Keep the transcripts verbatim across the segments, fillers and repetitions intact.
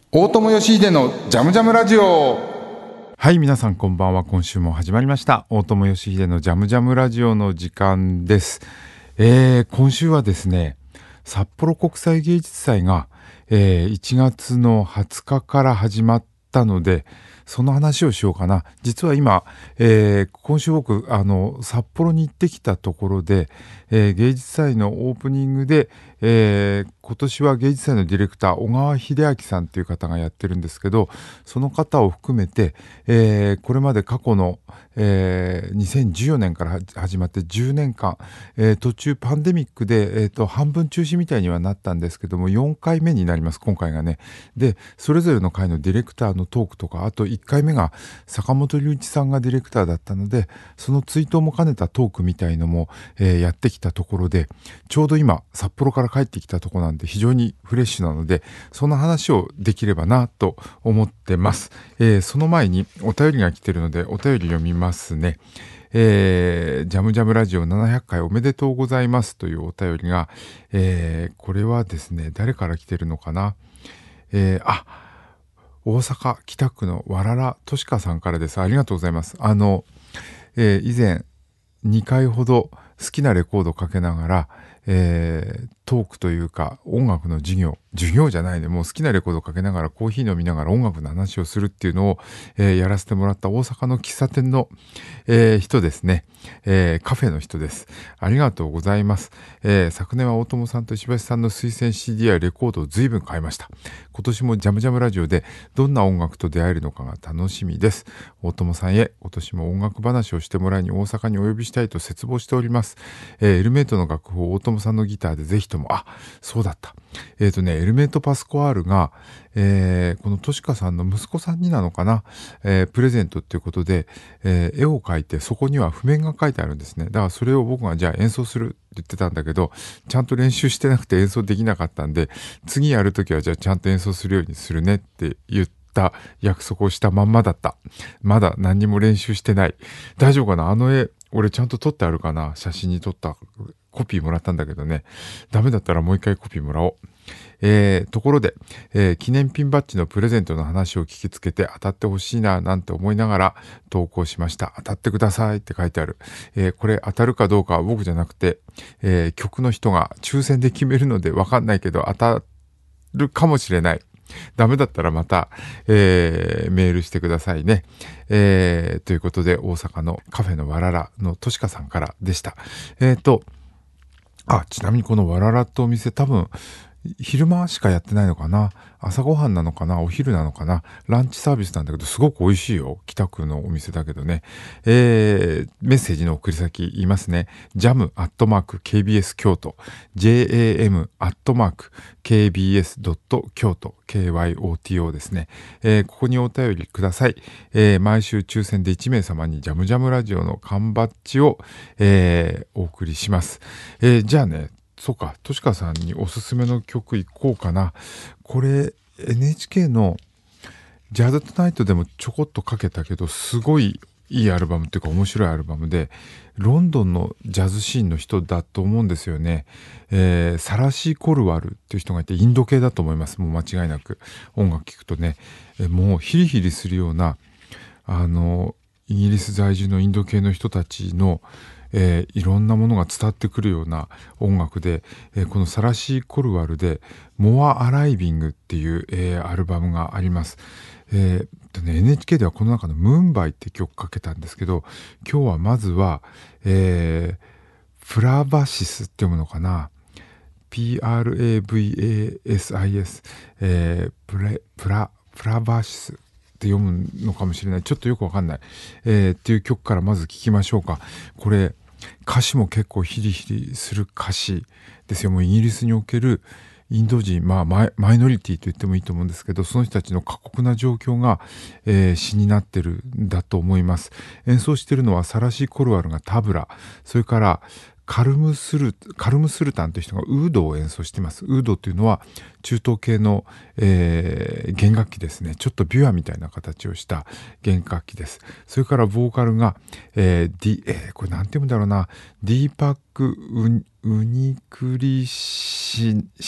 大友義秀のジャムジャムラジオ。 はい、皆さんこんばんは。今週も始まりました大友義秀のジャムジャムラジオの時間です。えー、今週はですね、札幌国際芸術祭が、えー、いちがつのはつかから始まったので、その話をしようかな。実は今、えー、今週僕あの札幌に行ってきたところで、えー、芸術祭のオープニングで、えー、今年は芸術祭のディレクター小川秀明さんという方がやってるんですけど、その方を含めて、えー、これまで過去の、えー、にせんじゅうよねんから始まってじゅうねんかん、えー、途中パンデミックで、えーと、半分中止みたいにはなったんですけども、よんかいめになります今回がね。でそれぞれの回のディレクターのトークとか、あといっかいめが坂本龍一さんがディレクターだったので、その追悼も兼ねたトークみたいのも、えー、やってきたところで、ちょうど今札幌から帰ってきたところなんで非常にフレッシュなので、その話をできればなと思ってます。えー、その前にお便りが来てるのでお便り読みますね。えー、ジャムジャムラジオななひゃっかいおめでとうございますというお便りが、えー、これはですね、誰から来てるのかな。えー、あ大阪北区のわららとしかさんからです。ありがとうございます。あの、えー、以前にかいほど好きなレコードをかけながら、えー、トークというか音楽の授業授業じゃないね、もう好きなレコードをかけながらコーヒー飲みながら音楽の話をするっていうのを、えー、やらせてもらった大阪の喫茶店の、えー、人ですね、えー、カフェの人です。ありがとうございます。えー、昨年は大友さんと石橋さんの推薦 シーディー やレコードを随分買いました。今年もジャムジャムラジオでどんな音楽と出会えるのかが楽しみです。大友さんへ今年も音楽話をしてもらいに大阪にお呼びしたいと切望しております。えー、エルメイトの楽譜を大友さんのギターでぜひとも、あ、そうだった。えっとね、エルメイトパスコアールが、えー、このとしかさんの息子さんになのかな、えー、プレゼントっていうことで、えー、絵を描いてそこには譜面が書いてあるんですね。だからそれを僕がじゃあ演奏するって言ってたんだけど、ちゃんと練習してなくて演奏できなかったんで、次やるときはじゃあちゃんと演奏するようにするねって言って約束をしたまんまだった。まだ何にも練習してない。大丈夫かな。あの絵俺ちゃんと撮ってあるかな。写真に撮ったコピーもらったんだけどね、ダメだったらもう一回コピーもらおう。えー、ところで、えー、記念ピンバッジのプレゼントの話を聞きつけて当たってほしいななんて思いながら投稿しました。当たってくださいって書いてある。えー、これ当たるかどうかは僕じゃなくて、えー、局の人が抽選で決めるのでわかんないけど当たるかもしれない。ダメだったらまた、えー、メールしてくださいね。えー、ということで大阪のカフェのわららのとしかさんからでした。えっとあ、ちなみにこのわららってお店多分昼間しかやってないのかな、朝ごはんなのかな、お昼なのかな、ランチサービスなんだけどすごく美味しいよ。北区のお店だけどね。えー、メッセージの送り先言いますね。ジャムアットマーク ケービーエス 京都 ジェーエーエム アットマーク ケービーエス ドット 京都 ケーワイオーティーオー ですね。えー、ここにお便りください。えー、毎週抽選でいちめいさまにジャムジャムラジオの缶バッジを、えー、お送りします。えー、じゃあね、そうか、としかさんにおすすめの曲いこうかな。これ エヌエイチケー のジャズトゥナイトでもちょこっとかけたけど、すごいいいアルバムっていうか面白いアルバムで、ロンドンのジャズシーンの人だと思うんですよね。えー、サラシー・コルワルっていう人がいて、インド系だと思います。もう間違いなく音楽聴くとね、えー、もうヒリヒリするような、あのイギリス在住のインド系の人たちのえー、いろんなものが伝わってくるような音楽で、えー、このサラシー・コルワルでモア・アライビングっていう、えー、アルバムがあります。えーとね、エヌエイチケー ではこの中のムーンバイって曲かけたんですけど、今日はまずは、えー、プラバシスって読むのかな、 ピーアールエーブイエーエスアイエス、えー、プレプラプラバシスって読むのかもしれない。ちょっとよくわかんない、えー、っていう曲からまず聞きましょうか。これ歌詞も結構ヒリヒリする歌詞ですよ。もうイギリスにおけるインド人、まあマイ、マイノリティと言ってもいいと思うんですけど、その人たちの過酷な状況が、えー、詩になってるんだと思います。演奏しているのはサラシー・コルワルがタブラ、それからカルムスルカルムスルタンという人がウードを演奏しています。ウードというのは中東系の、えー、弦楽器ですね。ちょっとビュアみたいな形をした弦楽器です。それからボーカルが、えーディえー、これなんて言うんだろうな、ディーパック・ウウニクリシシナ、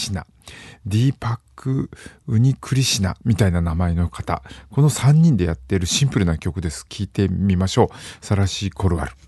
ディーパック・ウニクリシナみたいな名前の方、このさんにんでやっているシンプルな曲です。聴いてみましょう。サラシー・コルワル。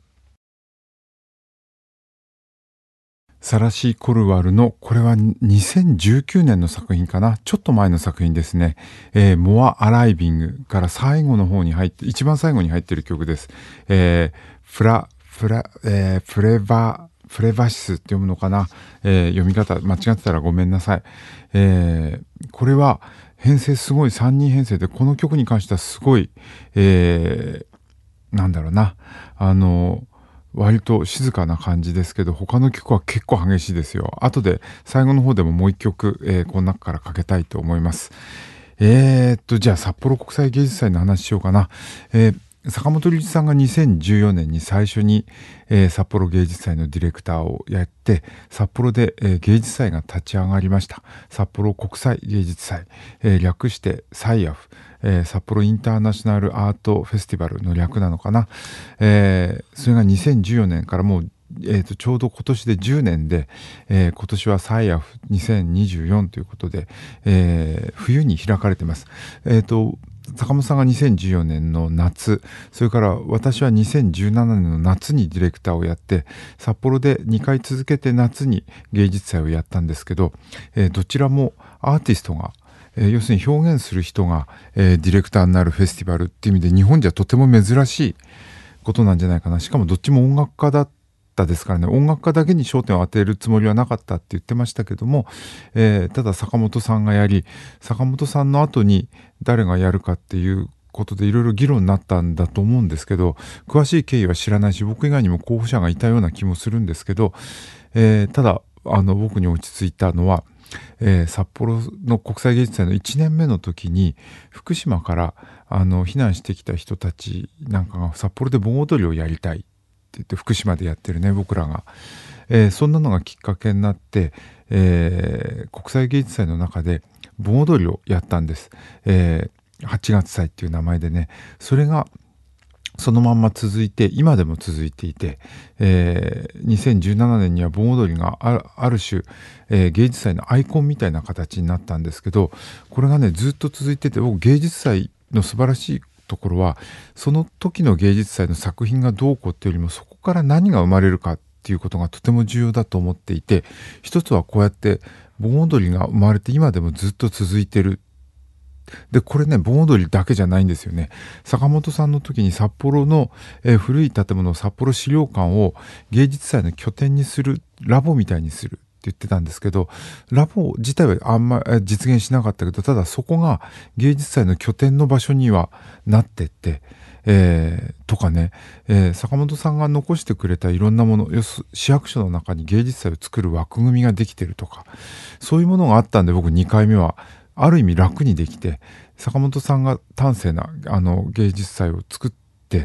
サラシー・コルワルの、これはにせんじゅうきゅうねんの作品かな。ちょっと前の作品ですね。えー、モア・アライビングから最後の方に入って、一番最後に入っている曲です。えー、フラ、フラ、えー、プレバ、プレバシスって読むのかな。えー、読み方間違ってたらごめんなさい。えー、これは編成すごいさんにん編成で、この曲に関してはすごい、えー、なんだろうな。あの、割と静かな感じですけど、他の曲は結構激しいですよ。後で最後の方でももう一曲、えー、この中からかけたいと思います。えー、っと、じゃあ札幌国際芸術祭の話しようかな。えー坂本龍一さんがにせんじゅうよねんに最初に、えー、札幌芸術祭のディレクターをやって、札幌で、えー、芸術祭が立ち上がりました。札幌国際芸術祭、えー、略してサイアフ、えー、札幌インターナショナルアートフェスティバルの略なのかな。えー、それがにせんじゅうよねんからもうえー、とちょうど今年でじゅうねんで、えー、今年はサイアフにせんにじゅうよんということで、えー、冬に開かれています。えーと坂本さんがにせんじゅうよねんの夏、それから私はにせんじゅうななねんの夏にディレクターをやって、札幌でにかい続けて夏に芸術祭をやったんですけど、えー、どちらもアーティストが、えー、要するに表現する人が、えー、ディレクターになるフェスティバルっていう意味で日本じゃとても珍しいことなんじゃないかな。しかもどっちも音楽家だったですからね、音楽家だけに焦点を当てるつもりはなかったって言ってましたけども、えー、ただ坂本さんがやり、坂本さんの後に誰がやるかっていうことでいろいろ議論になったんだと思うんですけど、詳しい経緯は知らないし、僕以外にも候補者がいたような気もするんですけど、えー、ただあの僕に落ち着いたのは、えー、札幌の国際芸術祭のいちねんめの時に福島からあの避難してきた人たちなんかが札幌で盆踊りをやりたいって言って、福島でやってるね僕らが、えー、そんなのがきっかけになって、えー、国際芸術祭の中で盆踊りをやったんです。えー、はちがつ祭っていう名前でね、それがそのまんま続いて、今でも続いていて、えー、にせんじゅうななねんには盆踊りがある、ある種、えー、芸術祭のアイコンみたいな形になったんですけど、これがねずっと続いてて、僕芸術祭の素晴らしいところは、その時の芸術祭の作品がどうこうっていうよりも、そこから何が生まれるかっていうことがとても重要だと思っていて、一つはこうやって盆踊りが生まれて今でもずっと続いてる。でこれね、盆踊りだけじゃないんですよね。坂本さんの時に札幌の、えー、古い建物、札幌資料館を芸術祭の拠点にする、ラボみたいにするって言ってたんですけど、ラボ自体はあんまり実現しなかったけど、ただそこが芸術祭の拠点の場所にはなってって、えー、とかね、えー、坂本さんが残してくれたいろんなもの、要す市役所の中に芸術祭を作る枠組みができてるとか、そういうものがあったんで、僕にかいめはある意味楽にできて、坂本さんが端正なあの芸術祭を作って、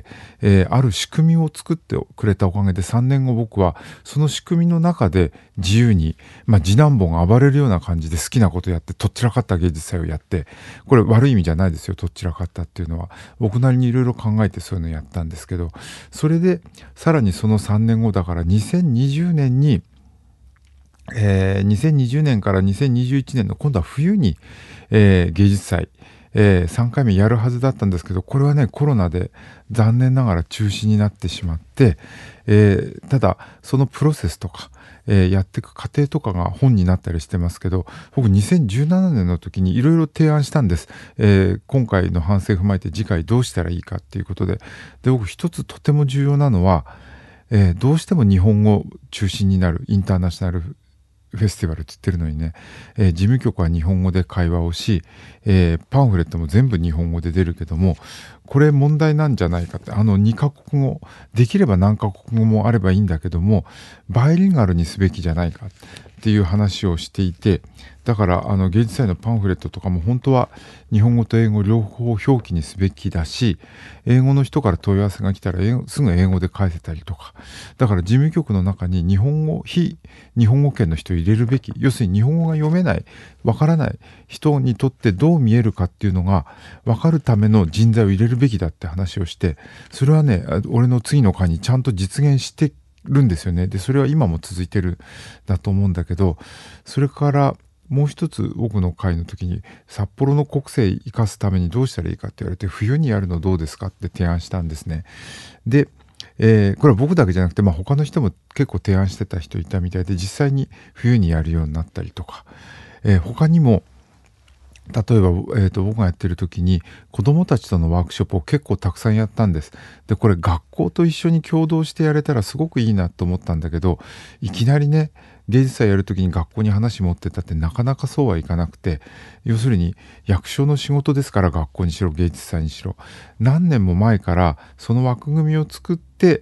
えー、ある仕組みを作ってくれたおかげで、さんねんご僕はその仕組みの中で自由に、まあ、次男坊が暴れるような感じで好きなことやって、とっちらかった芸術祭をやって、これ悪い意味じゃないですよ、とっちらかったっていうのは。僕なりにいろいろ考えてそういうのやったんですけど、それでさらにそのさんねんごだからにせんにじゅうねんにえー、にせんにじゅうねんからにせんにじゅういちねんの今度は冬に、えー、芸術祭、えー、さんかいめやるはずだったんですけど、これはねコロナで残念ながら中止になってしまって、えー、ただそのプロセスとか、えー、やっていく過程とかが本になったりしてますけど、僕にせんじゅうななねんの時にいろいろ提案したんです。えー、今回の反省を踏まえて次回どうしたらいいかっていうことで、で僕一つとても重要なのは、えー、どうしても日本語中心になるインターナショナルフェスティバルって言ってるのにね、えー、事務局は日本語で会話をし、えー、パンフレットも全部日本語で出るけども、これ問題なんじゃないかって、あのにカ国語、できれば何カ国語もあればいいんだけども、バイリンガルにすべきじゃないかっていう話をしていて、だからあの芸術祭のパンフレットとかも本当は日本語と英語両方表記にすべきだし、英語の人から問い合わせが来たら英語すぐ英語で返せたりとか、だから事務局の中に日本語非日本語圏の人を入れるべき、要するに日本語が読めない、わからない人にとってどう見えるかっていうのがわかるための人材を入れるべきだって話をして、それはね俺の次の回にちゃんと実現してるんですよね。でそれは今も続いてるだと思うんだけど、それからもう一つ僕の会の時に札幌の国勢生かすためにどうしたらいいかって言われて、冬にやるのどうですかって提案したんですね。で、えーこれは僕だけじゃなくて、まあ、他の人も結構提案してた人いたみたいで、実際に冬にやるようになったりとか、えー他にも例えば、えーと僕がやってる時に子どもたちとのワークショップを結構たくさんやったんです。でこれ学校と一緒に共同してやれたらすごくいいなと思ったんだけど、いきなりね芸術祭やる時に学校に話持ってったってなかなかそうはいかなくて、要するに役所の仕事ですから、学校にしろ芸術祭にしろ何年も前からその枠組みを作って、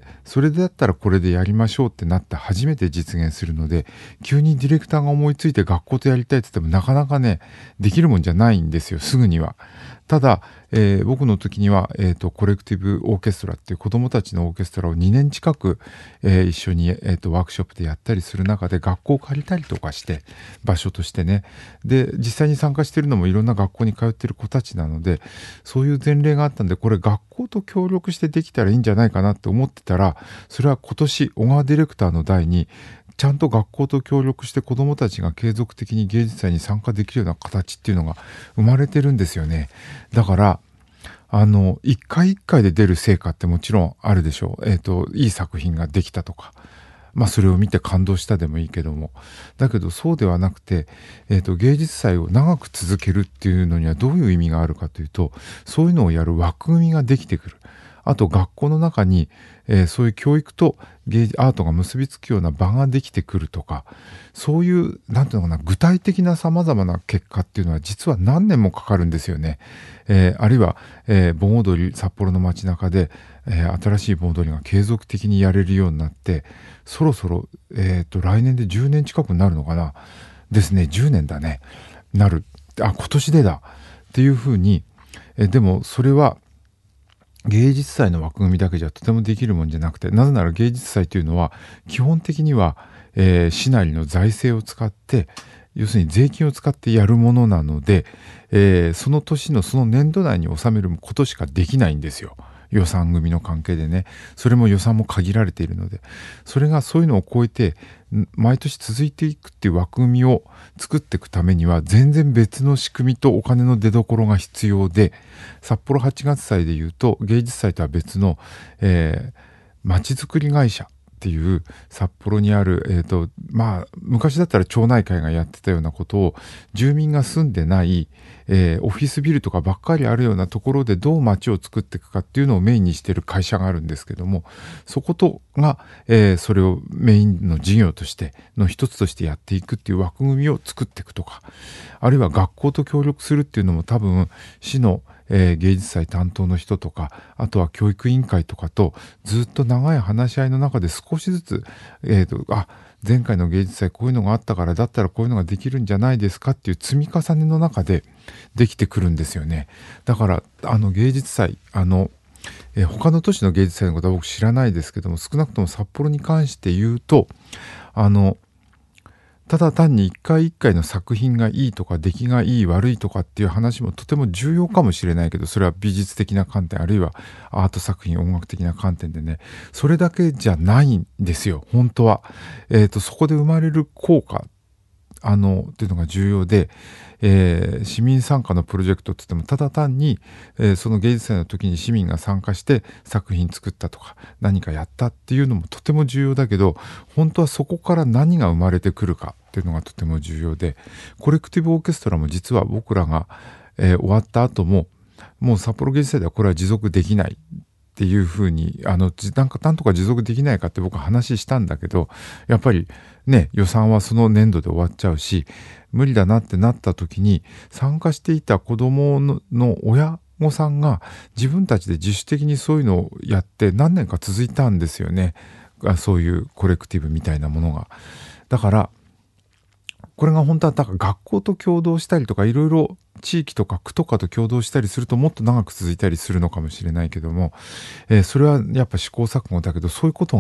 それだったらこれでやりましょうってなって初めて実現するので、急にディレクターが思いついて学校とやりたいって言ってもなかなかねできるもんじゃないんですよ、すぐには。ただ、えー僕の時には、えーとコレクティブオーケストラっていう子どもたちのオーケストラをにねん近く、えー一緒に、えーとワークショップでやったりする中で、学校を借りたりとかして場所としてね、で実際に参加しているのもいろんな学校に通っている子たちなので、そういう前例があったんで、これ学校と協力してできたらいいんじゃないかなって思ってたら、それは今年小川ディレクターの代にちゃんと学校と協力して子どもたちが継続的に芸術祭に参加できるような形っていうのが生まれてるんですよね。だからあの一回一回で出る成果ってもちろんあるでしょう。えっといい作品ができたとか、まあそれを見て感動したでもいいけども、だけどそうではなくて、えっと芸術祭を長く続けるっていうのにはどういう意味があるかというと、そういうのをやる枠組みができてくる。あと学校の中に、えーそういう教育と芸アートが結びつくような場ができてくるとか、そういうなんていうのかな、具体的なさまざまな結果っていうのは実は何年もかかるんですよね。えーあるいは、えー盆踊り、札幌の街中で、えー新しい盆踊りが継続的にやれるようになって、そろそろ、えーと来年でじゅうねん近くになるのかな、ですね、じゅうねんだね、なる、あ今年でだっていうふうに、えーでもそれは芸術祭の枠組みだけじゃとてもできるもんじゃなくて、なぜなら芸術祭というのは基本的には、えー市内の財政を使って、要するに税金を使ってやるものなので、えーその年のその年度内に収めることしかできないんですよ。予算組の関係でね。それも予算も限られているので、それがそういうのを超えてん毎年続いていくっていう枠組みを作っていくためには、全然別の仕組みとお金の出所が必要で、札幌はちがつ祭でいうと芸術祭とは別の、えー、街づくり会社っていう札幌にある、えーとまあ、昔だったら町内会がやってたようなことを、住民が住んでない、えーオフィスビルとかばっかりあるようなところでどう街を作っていくかっていうのをメインにしている会社があるんですけども、そことが、えーそれをメインの事業としての一つとしてやっていくっていう枠組みを作っていくとか、あるいは学校と協力するっていうのも多分市のえー芸術祭担当の人とか、あとは教育委員会とかとずっと長い話し合いの中で少しずつ、えーと、あ、前回の芸術祭こういうのがあったから、だったらこういうのができるんじゃないですかっていう積み重ねの中でできてくるんですよね。だからあの芸術祭、あのえー他の都市の芸術祭のことは僕知らないですけども、少なくとも札幌に関して言うと、あのただ単に一回一回の作品がいいとか出来がいい悪いとかっていう話もとても重要かもしれないけど、それは美術的な観点、あるいはアート作品、音楽的な観点でね、それだけじゃないんですよ、本当は。えーと、そこで生まれる効果、あのっていうのが重要で、えー市民参加のプロジェクトって言っても、ただ単に、えーその芸術祭の時に市民が参加して作品作ったとか何かやったっていうのもとても重要だけど、本当はそこから何が生まれてくるかっていうのがとても重要で、コレクティブオーケストラも実は僕らが、えー終わった後も、もう札幌芸術祭ではこれは持続できないっていうふうに、あのじなんかなんとか持続できないかって僕は話したんだけど、やっぱりね、予算はその年度で終わっちゃうし、無理だなってなった時に、参加していた子どものの親御さんが自分たちで自主的にそういうのをやって何年か続いたんですよね。あそういうコレクティブみたいなものが。だからこれが本当はだから学校と共同したりとか、いろいろ地域とか区とかと共同したりするともっと長く続いたりするのかもしれないけども、えーそれはやっぱ試行錯誤だけど、そういうことが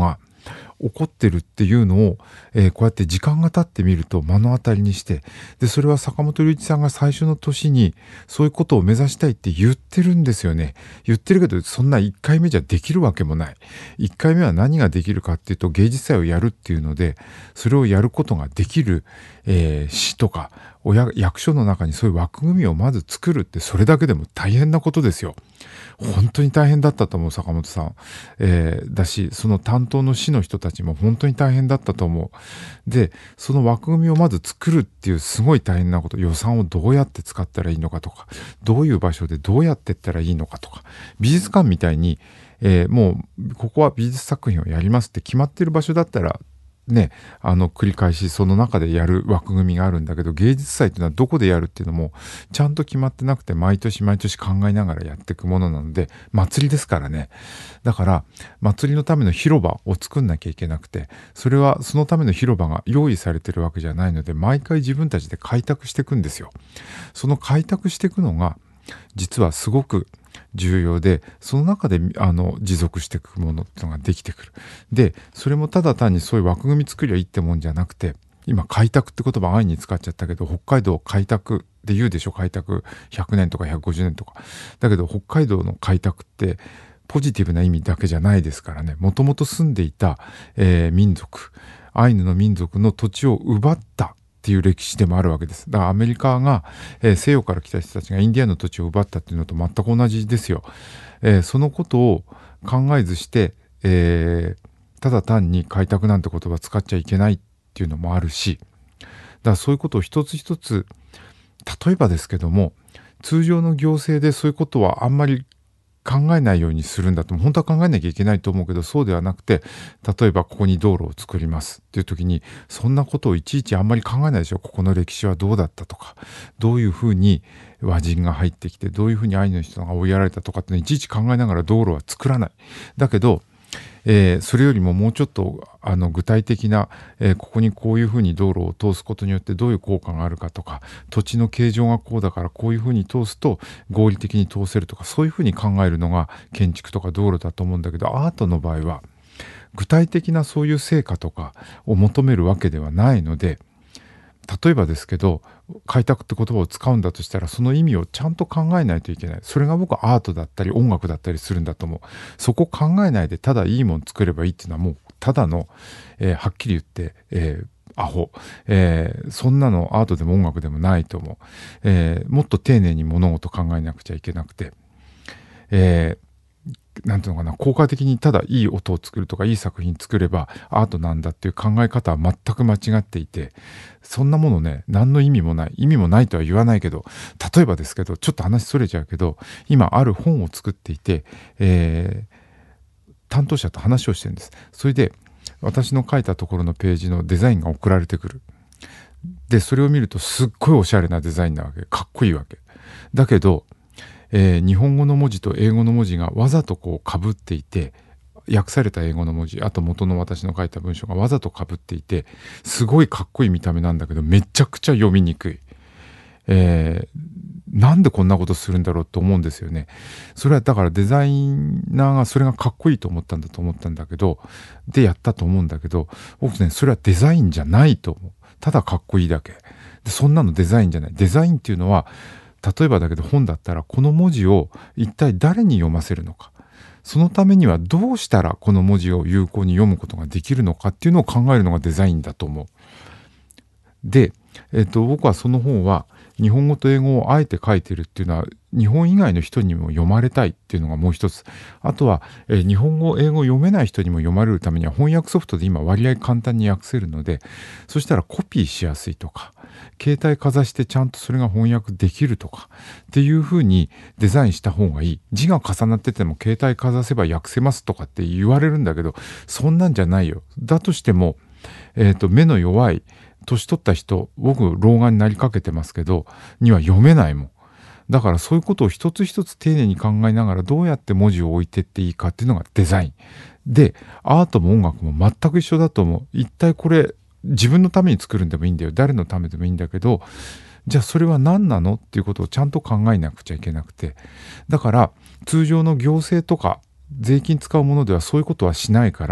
起こってるっていうのを、えーこうやって時間が経ってみると目の当たりにして、でそれは坂本龍一さんが最初の年にそういうことを目指したいって言ってるんですよね。言ってるけど、そんないっかいめじゃできるわけもない。いっかいめは何ができるかっていうと、芸術祭をやるっていうので、それをやることができる、えー市とかおや役所の中にそういう枠組みをまず作るって、それだけでも大変なことですよ。本当に大変だったと思う、坂本さん。えーだし、その担当の市の人たちも本当に大変だったと思う。で、その枠組みをまず作るっていうすごい大変なこと、予算をどうやって使ったらいいのかとか、どういう場所でどうやっていったらいいのかとか、美術館みたいに、えーもうここは美術作品をやりますって決まってる場所だったら、ね、あの繰り返しその中でやる枠組みがあるんだけど、芸術祭っていうのはどこでやるっていうのもちゃんと決まってなくて、毎年毎年考えながらやっていくものなので、祭りですからね。だから祭りのための広場を作んなきゃいけなくて、それはそのための広場が用意されてるわけじゃないので、毎回自分たちで開拓していくんですよ。その開拓していくのが実はすごく重要で、その中であの持続していくものっていうのができてくる。でそれもただ単にそういう枠組み作りゃいいってもんじゃなくて、今開拓って言葉安易に使っちゃったけど、北海道開拓で言うでしょ。開拓ひゃくねんとかひゃくごじゅうねんとかだけど、北海道の開拓ってポジティブな意味だけじゃないですからね。もともと住んでいた、えー民族、アイヌの民族の土地を奪ったっていう歴史でもあるわけです。だからアメリカが、えー西洋から来た人たちがインディアンの土地を奪ったっていうのと全く同じですよ。えーそのことを考えずして、えーただ単に開拓なんて言葉使っちゃいけないっていうのもあるし、だからそういうことを一つ一つ、例えばですけども、通常の行政でそういうことはあんまり考えないようにするんだと、本当は考えなきゃいけないと思うけど、そうではなくて、例えばここに道路を作りますっていう時に、そんなことをいちいちあんまり考えないでしょ。ここの歴史はどうだったとか、どういうふうに和人が入ってきて、どういうふうにアイヌの人が追いやられたとかっていうのをいちいち考えながら道路は作らない。だけどえーそれよりももうちょっとあの具体的な、えーここにこういうふうに道路を通すことによってどういう効果があるかとか、土地の形状がこうだからこういうふうに通すと合理的に通せるとか、そういうふうに考えるのが建築とか道路だと思うんだけど、アートの場合は具体的なそういう成果とかを求めるわけではないので、例えばですけど、開拓って言葉を使うんだとしたら、その意味をちゃんと考えないといけない。それが僕はアートだったり音楽だったりするんだと思う。そこ考えないでただいいもん作ればいいっていうのはもうただの、えーはっきり言って、えーアホ、えーそんなのアートでも音楽でもないと思う。えーもっと丁寧に物事考えなくちゃいけなくて、えーなんていうのかな、効果的にただいい音を作るとかいい作品作ればアートなんだっていう考え方は全く間違っていて、そんなものね、何の意味もない、意味もないとは言わないけど、例えばですけど、ちょっと話それちゃうけど、今ある本を作っていて、えー担当者と話をしてるんです。それで私の書いたところのページのデザインが送られてくる。でそれを見るとすっごいおしゃれなデザインなわけ、かっこいいわけだけど、えー日本語の文字と英語の文字がわざとこう被っていて、訳された英語の文字、あと元の私の書いた文章がわざと被っていて、すごいかっこいい見た目なんだけどめちゃくちゃ読みにくい。えーなんでこんなことするんだろうと思うんですよね。それはだからデザイナーがそれがかっこいいと思ったんだと思ったんだけど、でやったと思うんだけど、僕ね、それはデザインじゃないと思う。ただかっこいいだけで、そんなのデザインじゃない。デザインっていうのは、例えばだけど本だったらこの文字を一体誰に読ませるのか、そのためにはどうしたらこの文字を有効に読むことができるのかっていうのを考えるのがデザインだと思う。で、えっと、僕はその本は日本語と英語をあえて書いてるっていうのは、日本以外の人にも読まれたいっていうのがもう一つ。あとは、えー日本語英語を読めない人にも読まれるためには翻訳ソフトで今割合簡単に訳せるので、そしたらコピーしやすいとか、携帯かざしてちゃんとそれが翻訳できるとかっていう風にデザインした方がいい。字が重なってても携帯かざせば訳せますとかって言われるんだけど、そんなんじゃないよ。だとしても、えーと、目の弱い年取った人、僕老眼になりかけてますけどには読めないもん。だからそういうことを一つ一つ丁寧に考えながらどうやって文字を置いてっていいかっていうのがデザインで、アートも音楽も全く一緒だと思う。一体これ自分のために作るんでもいいんだよ、誰のためでもいいんだけど、じゃあそれは何なのっていうことをちゃんと考えなくちゃいけなくて、だから通常の行政とか税金使うものではそういうことはしないから、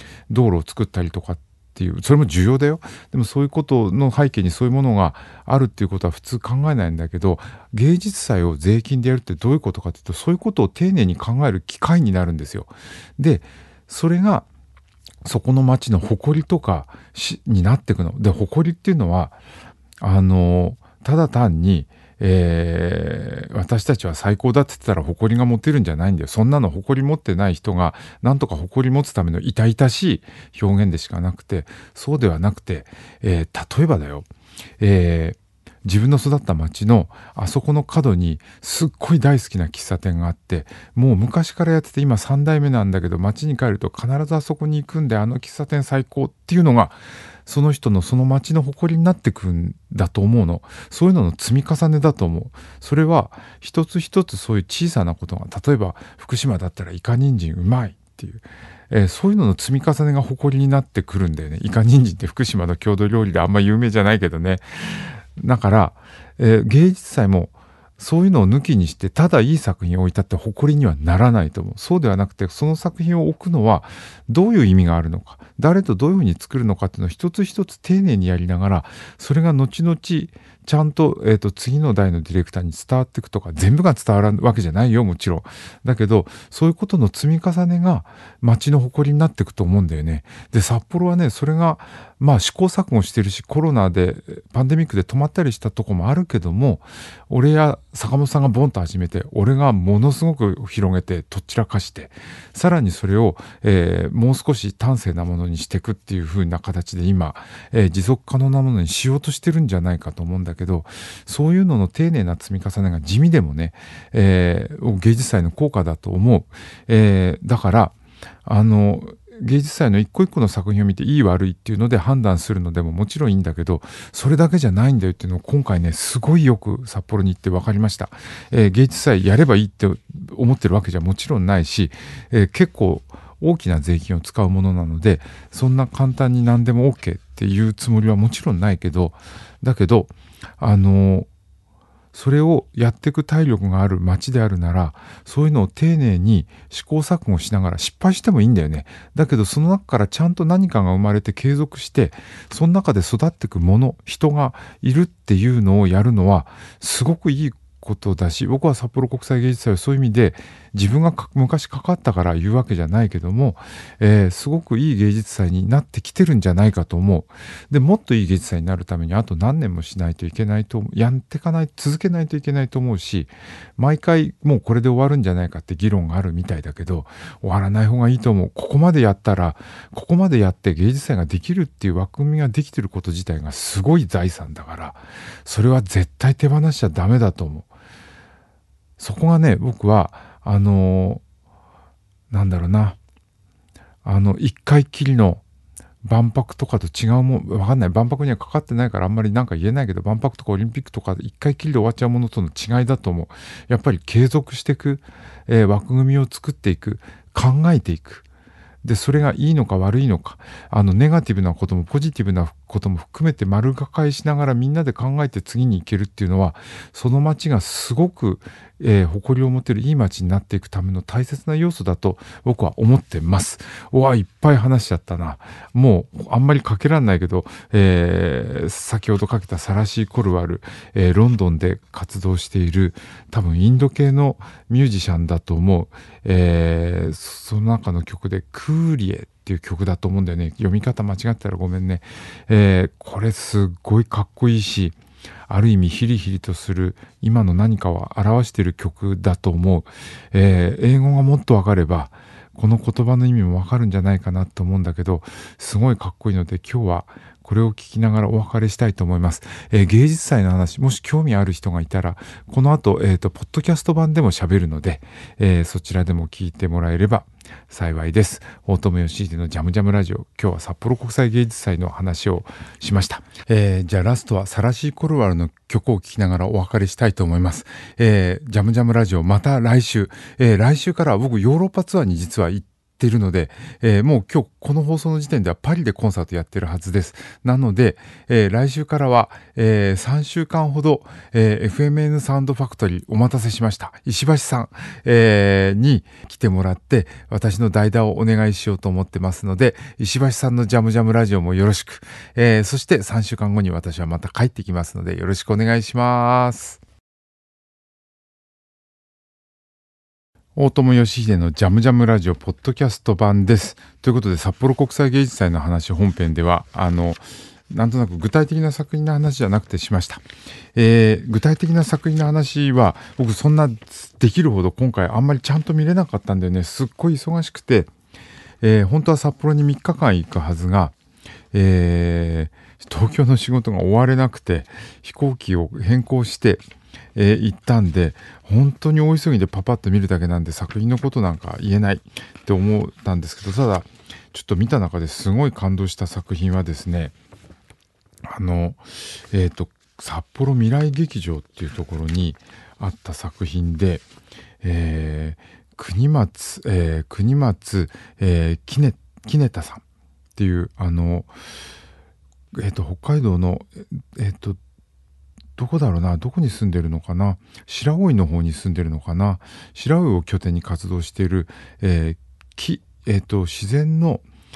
道路を作ったりとかっていう、それも重要だよ。でもそういうことの背景にそういうものがあるっていうことは普通考えないんだけど、芸術祭を税金でやるってどういうことかっていうと、そういうことを丁寧に考える機会になるんですよ。でそれがそこの町の誇りとかしになっていくので、誇りっていうのはあのただ単に、えー私たちは最高だって言ったら誇りが持てるんじゃないんだよ。そんなの誇り持ってない人がなんとか誇り持つための痛々しい表現でしかなくて、そうではなくて、えー例えばだよ、えー自分の育った町のあそこの角にすっごい大好きな喫茶店があって、もう昔からやってて今さん代目なんだけど、町に帰ると必ずあそこに行くんで、あの喫茶店最高っていうのがその人のその町の誇りになってくんだと思うの。そういうのの積み重ねだと思う。それは一つ一つそういう小さなことが、例えば福島だったらイカ人参うまいっていう、えーそういうのの積み重ねが誇りになってくるんだよね。イカ人参って福島の郷土料理であんま有名じゃないけどね。だから、えー芸術祭もそういうのを抜きにしてただいい作品を置いたって誇りにはならないと思う。そうではなくて、その作品を置くのはどういう意味があるのか、誰とどういうふうに作るのかっていうのを一つ一つ丁寧にやりながら、それが後々ちゃんと、えーと次の代のディレクターに伝わっていくとか、全部が伝わらんわけじゃないよ、もちろん。だけどそういうことの積み重ねが街の誇りになっていくと思うんだよね。で札幌はね、それがまあ試行錯誤してるし、コロナでパンデミックで止まったりしたとこもあるけども、俺や坂本さんがボンと始めて、俺がものすごく広げてとっちらかして、さらにそれを、えーもう少し端正なものにしていくっていう風な形で今、えー持続可能なものにしようとしてるんじゃないかと思うんだけど、そういうのの丁寧な積み重ねが地味でもね、えー芸術祭の効果だと思う。えーだからあの芸術祭の一個一個の作品を見ていい悪いっていうので判断するのでももちろんいいんだけど、それだけじゃないんだよっていうのを今回ね、すごいよく札幌に行って分かりました。えー芸術祭やればいいって思ってるわけじゃもちろんないし、えー結構大きな税金を使うものなので、そんな簡単に何でも OK っていうつもりはもちろんないけど、だけどあのそれをやっていく体力がある町であるなら、そういうのを丁寧に試行錯誤しながら、失敗してもいいんだよね。だけどその中からちゃんと何かが生まれて継続して、その中で育っていくもの、人がいるっていうのをやるのはすごくいいことだし、僕は札幌国際芸術祭はそういう意味で自分がか昔かかったから言うわけじゃないけども、えーすごくいい芸術祭になってきてるんじゃないかと思う。でもっといい芸術祭になるためにあと何年もしないといけないと思う、やってかない続けないといけないと思うし、毎回もうこれで終わるんじゃないかって議論があるみたいだけど、終わらない方がいいと思う。ここまでやったら、ここまでやって芸術祭ができるっていう枠組みができてること自体がすごい財産だから、それは絶対手放しちゃダメだと思う。そこがね、僕はあのーなんだろうな、あの一回きりの万博とかと違うもん、わかんない。万博にはかかってないからあんまりなんか言えないけど、万博とかオリンピックとか一回きりで終わっちゃうものとの違いだと思う。やっぱり継続していく、えー枠組みを作っていく、考えていく。で、それがいいのか悪いのか、あのネガティブなこともポジティブなことも含めて丸がかえしながらみんなで考えて次に行けるっていうのは、その町がすごく、えー誇りを持てるいい町になっていくための大切な要素だと僕は思ってます。おわ、いっぱい話しちゃったな。もうあんまりかけらんないけど、えー先ほどかけたサラシー・コルワル、えーロンドンで活動している多分インド系のミュージシャンだと思う。えーその中の曲でクーリエっていう曲だと思うんだよね。読み方間違ったらごめんね。えーこれすっごいかっこいいし、ある意味ヒリヒリとする今の何かを表している曲だと思う。えー英語がもっとわかればこの言葉の意味もわかるんじゃないかなと思うんだけど、すごいかっこいいので今日はこれを聞きながらお別れしたいと思います。えー芸術祭の話、もし興味ある人がいたら、この後、えっと、ポッドキャスト版でも喋るので、えーそちらでも聞いてもらえれば幸いです。大友義秀のジャムジャムラジオ。今日は札幌国際芸術祭の話をしました。えーじゃあラストはサラシー・コルワルの曲を聴きながらお別れしたいと思います。えージャムジャムラジオまた来週、えー来週からは僕ヨーロッパツアーに実は行ってっているので、えーもう今日この放送の時点ではパリでコンサートやってるはずです。なので、えー来週からは、えーさんしゅうかんほど、えー エフエムエヌ サウンドファクトリーお待たせしました。石橋さん、えーに来てもらって、私の代打をお願いしようと思ってますので、石橋さんのジャムジャムラジオもよろしく。えーそしてさんしゅうかんごに私はまた帰ってきますので、よろしくお願いします。大友義秀のジャムジャムラジオポッドキャスト版です。ということで、札幌国際芸術祭の話本編では、あの、なんとなく具体的な作品の話じゃなくてしました。えー具体的な作品の話は、僕そんなできるほど今回あんまりちゃんと見れなかったんだよね。すっごい忙しくて、えー本当は札幌にみっかかん行くはずが、えー東京の仕事が終われなくて、飛行機を変更して、えー行ったんで、本当に大急ぎでパパッと見るだけなんで作品のことなんか言えないって思ったんですけど、ただちょっと見た中ですごい感動した作品はですね、あのえっ、と札幌未来劇場っていうところにあった作品で、えー国松、えー国松、えー、きねきねたさんっていうあのえっ、と北海道のえっ、とどこだろうな、どこに住んでるのかな、白老の方に住んでるのかな、白老を拠点に活動している、えーきえーと自然の、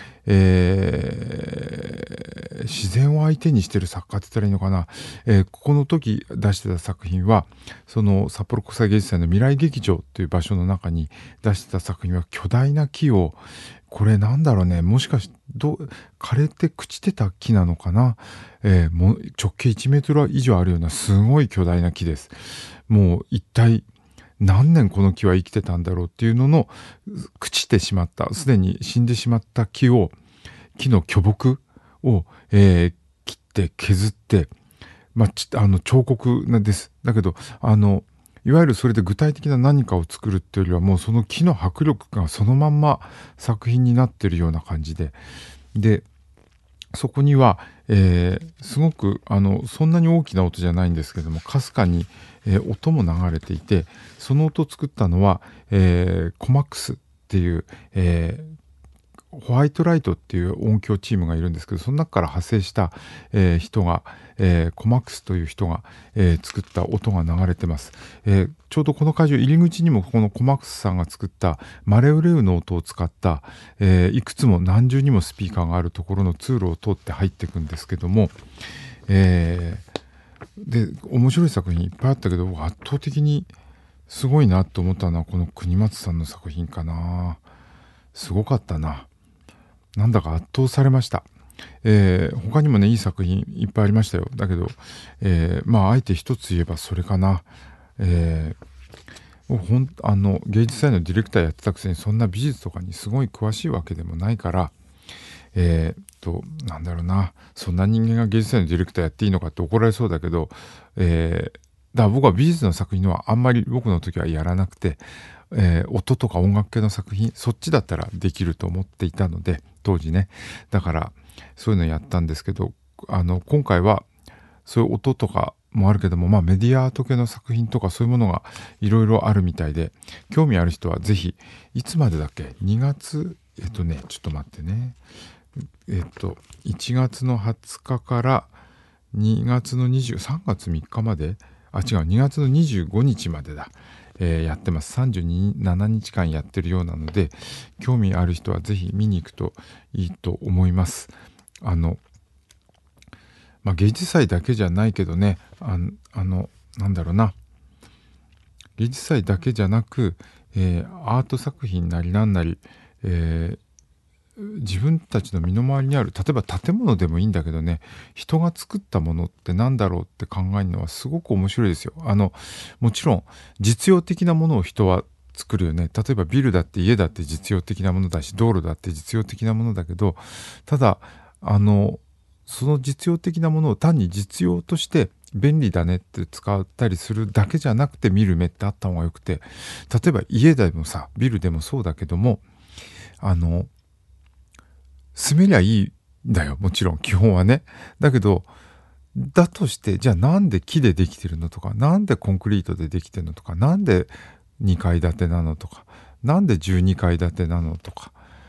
えー自然を相手にしてる作家って言ったらいいのかな、えーここの時出してた作品は、その札幌国際芸術祭の未来劇場っていう場所の中に出してた作品は巨大な木を、これなんだろうね、もしかしてどう枯れて朽ちてた木なのかな、えーもう直径いちメートル以上あるようなすごい巨大な木です。もう一体何年この木は生きてたんだろうっていうのの朽ちてしまった、すでに死んでしまった木を、木の巨木を、えー切って削って、まあ、ちあの彫刻なんです。だけどあのいわゆるそれで具体的な何かを作るっていうよりは、もうその木の迫力がそのまんま作品になってるような感じで、でそこには、えーすごくあのそんなに大きな音じゃないんですけども、かすかに、えー音も流れていて、その音を作ったのは、えーコマックスっていう、えーホワイトライトっていう音響チームがいるんですけど、その中から派生した、えー人が、えーコマックスという人が、えー作った音が流れてます。えーちょうどこの会場入り口にもこのコマックスさんが作ったマレウレウの音を使った、えーいくつも何重にもスピーカーがあるところの通路を通って入っていくんですけども、えーで面白い作品いっぱいあったけど、圧倒的にすごいなと思ったのはこの国松さんの作品かな。すごかったな。なんだか圧倒されました。えー他にもね、いい作品いっぱいありましたよ。だけど、えーまああえて一つ言えばそれかな。えーもうほんあの芸術祭のディレクターやってたくせにそんな美術とかにすごい詳しいわけでもないから、えーっとなんだろうな、そんな人間が芸術祭のディレクターやっていいのかって怒られそうだけど、えーだから僕は美術の作品のはあんまり僕の時はやらなくて、えー音とか音楽系の作品、そっちだったらできると思っていたので、当時ね。だからそういうのやったんですけど、あの今回はそういう音とかもあるけども、まあメディアアート系の作品とかそういうものがいろいろあるみたいで、興味ある人はぜひ、いつまでだっけ、にがつ、えっとねちょっと待ってね、えっといちがつのはつかからにがつのにじゅう、さんがつみっかまで、あ違う、にがつのにじゅうごにちまでだ、えーやってます。さんじゅうななにちかんやってるようなので、興味ある人はぜひ見に行くといいと思います。あのまあ芸術祭だけじゃないけどね、あのあのなんだろうな、芸術祭だけじゃなく、えーアート作品なりなんなり、えー自分たちの身の回りにある、例えば建物でもいいんだけどね、人が作ったものってなんだろうって考えるのはすごく面白いですよ。あのもちろん実用的なものを人は作るよね。例えばビルだって家だって実用的なものだし、道路だって実用的なものだけど、ただあのその実用的なものを単に実用として便利だねって使ったりするだけじゃなくて、見る目ってあった方がよくて、例えば家でもさ、ビルでもそうだけども、あの住めりゃいいんだよ、もちろん基本はね。だけどだとして、じゃあなんで木でできてるのとか、なんでコンクリートでできてるのとか、なんでにかい建てなのとか、なんでじゅうにかい建てなのとか、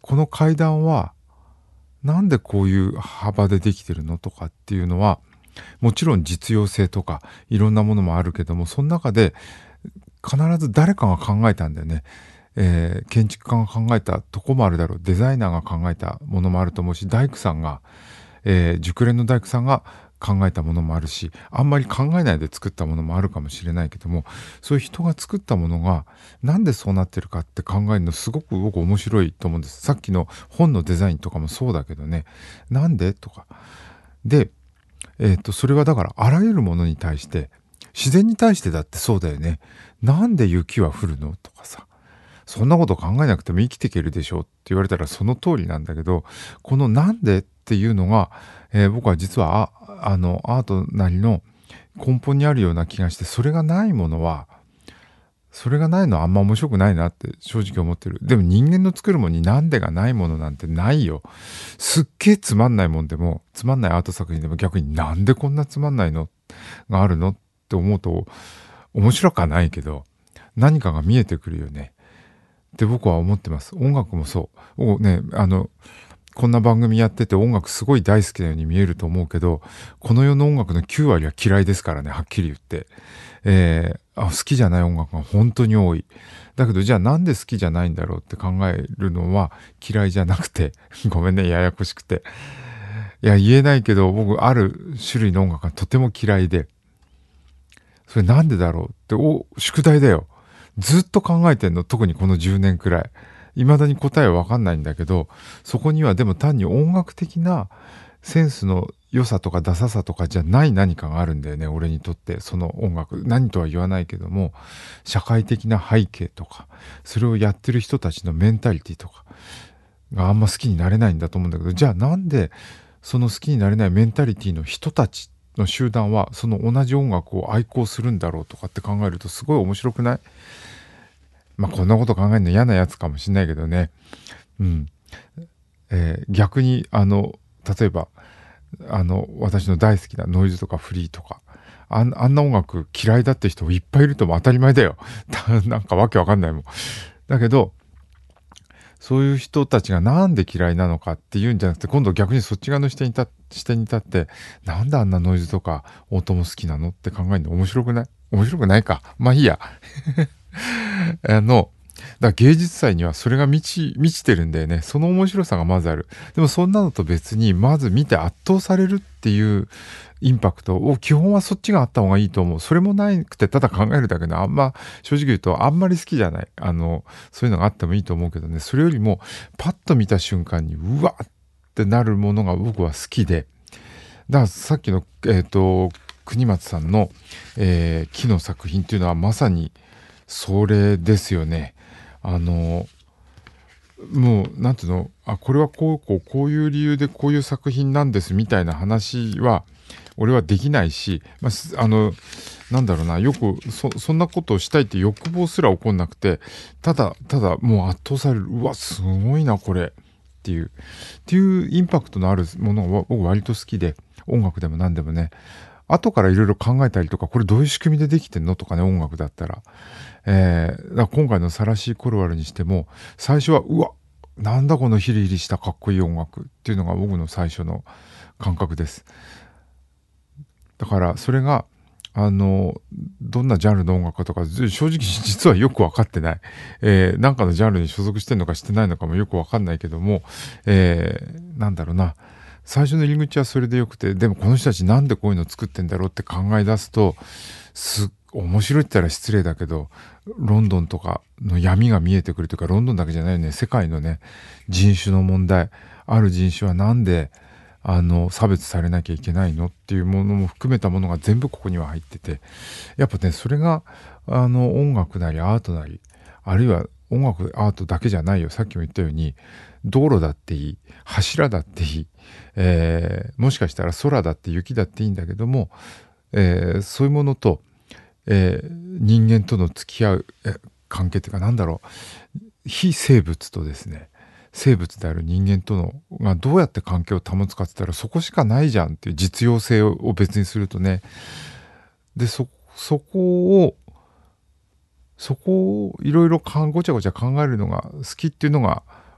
この階段はなんでこういう幅でできてるのとかっていうのは、もちろん実用性とかいろんなものもあるけども、その中で必ず誰かが考えたんだよね。えー建築家が考えたとこもあるだろう。デザイナーが考えたものもあると思うし、大工さんが、えー熟練の大工さんが考えたものもあるし、あんまり考えないで作ったものもあるかもしれないけども、そういう人が作ったものがなんでそうなってるかって考えるのすごく僕面白いと思うんです。さっきの本のデザインとかもそうだけどね。なんでとか。で、えっと、それはだからあらゆるものに対して、自然に対してだってそうだよね。なんで雪は降るのとかさ。そんなこと考えなくても生きていけるでしょうって言われたらその通りなんだけど、このなんでっていうのが、えー僕は実はああのアートなりの根本にあるような気がして、それがないものは、それがないのはあんま面白くないなって正直思ってる。でも人間の作るものになんでがないものなんてないよ。すっげえつまんないもんでも、つまんないアート作品でも逆になんでこんなつまんないのがあるのって思うと面白くはないけど、何かが見えてくるよね。って僕は思ってます。音楽もそう。おね、あの、こんな番組やってて音楽すごい大好きなように見えると思うけど、この世の音楽のきゅう割は嫌いですからね、はっきり言って。えーあ、好きじゃない音楽が本当に多い。だけど、じゃあなんで好きじゃないんだろうって考えるのは嫌いじゃなくて、ごめんね、ややこしくて。いや、言えないけど、僕、ある種類の音楽がとても嫌いで、それなんでだろうって、お、宿題だよ。ずっと考えてんの、特にこのじゅうねんくらい。未だに答えはわかんないんだけど、そこにはでも単に音楽的なセンスの良さとかダサさとかじゃない何かがあるんだよね、俺にとって。その音楽。何とは言わないけども、社会的な背景とか、それをやってる人たちのメンタリティとかがあんま好きになれないんだと思うんだけど、じゃあなんでその好きになれないメンタリティの人たちの集団はその同じ音楽を愛好するんだろうとかって考えるとすごい面白くない？まあこんなこと考えるの嫌なやつかもしれないけどね。うん。えー逆にあの例えばあの私の大好きなノイズとかフリーとかあんあんな音楽嫌いだって人いっぱいいるとも当たり前だよ。なんかわけわかんないもん。だけどそういう人たちがなんで嫌いなのかっていうんじゃなくて、今度逆にそっち側の視点に立視点に立って、なんであんなノイズとか音も好きなのって考えるの面白くない？面白くないか。まあいいや。あの、だから芸術祭にはそれが満ち、満ちてるんだよね。その面白さがまずある。でもそんなのと別に、まず見て圧倒されるっていうインパクトを、基本はそっちがあった方がいいと思う。それもなくて、ただ考えるだけの、あんま、正直言うと、あんまり好きじゃない。あの、そういうのがあってもいいと思うけどね、それよりも、パッと見た瞬間に、うわってなるものが僕は好きで、だからさっきの、えっ、と、国松さんの、えー木の作品っていうのはまさにそれですよね。あの、もう、なんていうの、あ、これはこう、こう、こういう理由でこういう作品なんですみたいな話は、俺はできないし、まあ、すあの、なんだろうな、よくそ、そんなことをしたいって欲望すら起こんなくて、ただ、ただ、もう圧倒される。うわ、すごいな、これ。っていう、っていうインパクトのあるものが僕割と好きで、音楽でも何でもね、後からいろいろ考えたりとか、これどういう仕組みでできてんのとかね、音楽だったら。えー、だから今回のサラシー・コルワルにしても、最初は、うわ、なんだこのヒリヒリしたかっこいい音楽っていうのが僕の最初の感覚です。だからそれが、あの、どんなジャンルの音楽かとか、ず正直実はよくわかってない。えー、なんかのジャンルに所属してんのかしてないのかもよくわかんないけども、えー、なんだろうな。最初の入り口はそれでよくて、でもこの人たちなんでこういうの作ってんだろうって考え出すと、す、面白いって言ったら失礼だけど、ロンドンとかの闇が見えてくるというか、ロンドンだけじゃないよね、世界のね、人種の問題、ある人種はなんで、あの、差別されなきゃいけないのっていうものも含めたものが全部ここには入ってて、やっぱね、それが、あの、音楽なりアートなり、あるいは音楽、アートだけじゃないよ。さっきも言ったように、道路だっていい、柱だっていい、えーもしかしたら空だって雪だっていいんだけども、えーそういうものと、えー人間との付き合う、え関係っていうかなんだろう、非生物とですね、生物である人間とのがどうやって関係を保つかって言ったらそこしかないじゃんっていう実用性を別にするとね、でそそこをそこをいろいろごちゃごちゃ考えるのが好きっていうのが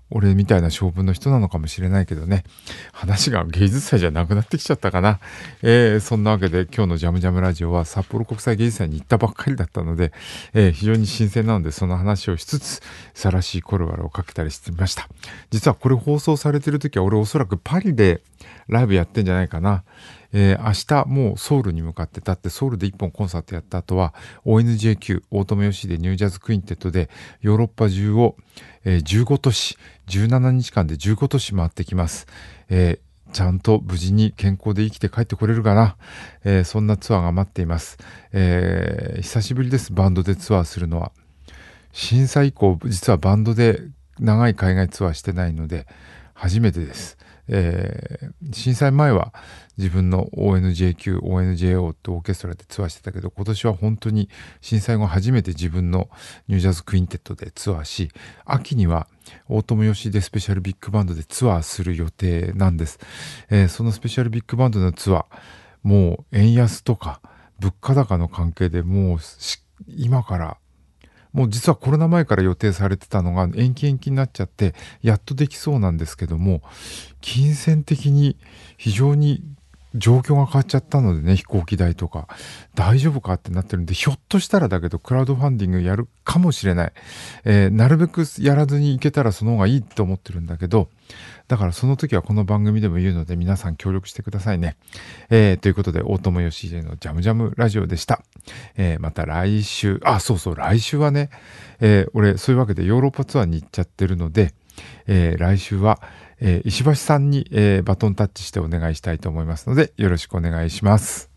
俺みたいな性分の人なのかもしれないけどね、話が芸術祭じゃなくなってきちゃったかな。えー、そんなわけで今日のジャムジャムラジオは札幌国際芸術祭に行ったばっかりだったので、えー、非常に新鮮なのでその話をしつつ、さらしいコルワルをかけたりしてみました。実はこれ放送されてる時は俺おそらくパリでライブやってんじゃないかな。えー、明日もうソウルに向かって立ってソウルでいっぽんコンサートやった後は オーエヌジェーキュー 大友義でニュージャズクインテットでヨーロッパ中を、えー、じゅうご都市じゅうななにちかんでじゅうご都市回ってきます。えー、ちゃんと無事に健康で生きて帰ってこれるかな、えー、そんなツアーが待っています。えー、久しぶりです。バンドでツアーするのは。震災以降実はバンドで長い海外ツアーしてないので初めてです。えー、震災前は自分の オーエヌジェーキュー、オーエヌジェーオー とオーケストラでツアーしてたけど、今年は本当に震災後初めて自分のニュージャズクインテットでツアーし、秋には大友義でスペシャルビッグバンドでツアーする予定なんです。えー、そのスペシャルビッグバンドのツアー、もう円安とか物価高の関係でもう今からもう実はコロナ前から予定されてたのが延期延期になっちゃってやっとできそうなんですけども、金銭的に非常に状況が変わっちゃったのでね、飛行機代とか大丈夫かってなってるんで、ひょっとしたらだけどクラウドファンディングやるかもしれない、えー、なるべくやらずに行けたらその方がいいと思ってるんだけど、だからその時はこの番組でも言うので皆さん協力してくださいね。えー、ということで大友義秀のジャムジャムラジオでした。えー、また来週、あ、そうそう、来週はね、えー、俺そういうわけでヨーロッパツアーに行っちゃってるので、えー、来週は、えー、石橋さんに、えー、バトンタッチしてお願いしたいと思いますのでよろしくお願いします。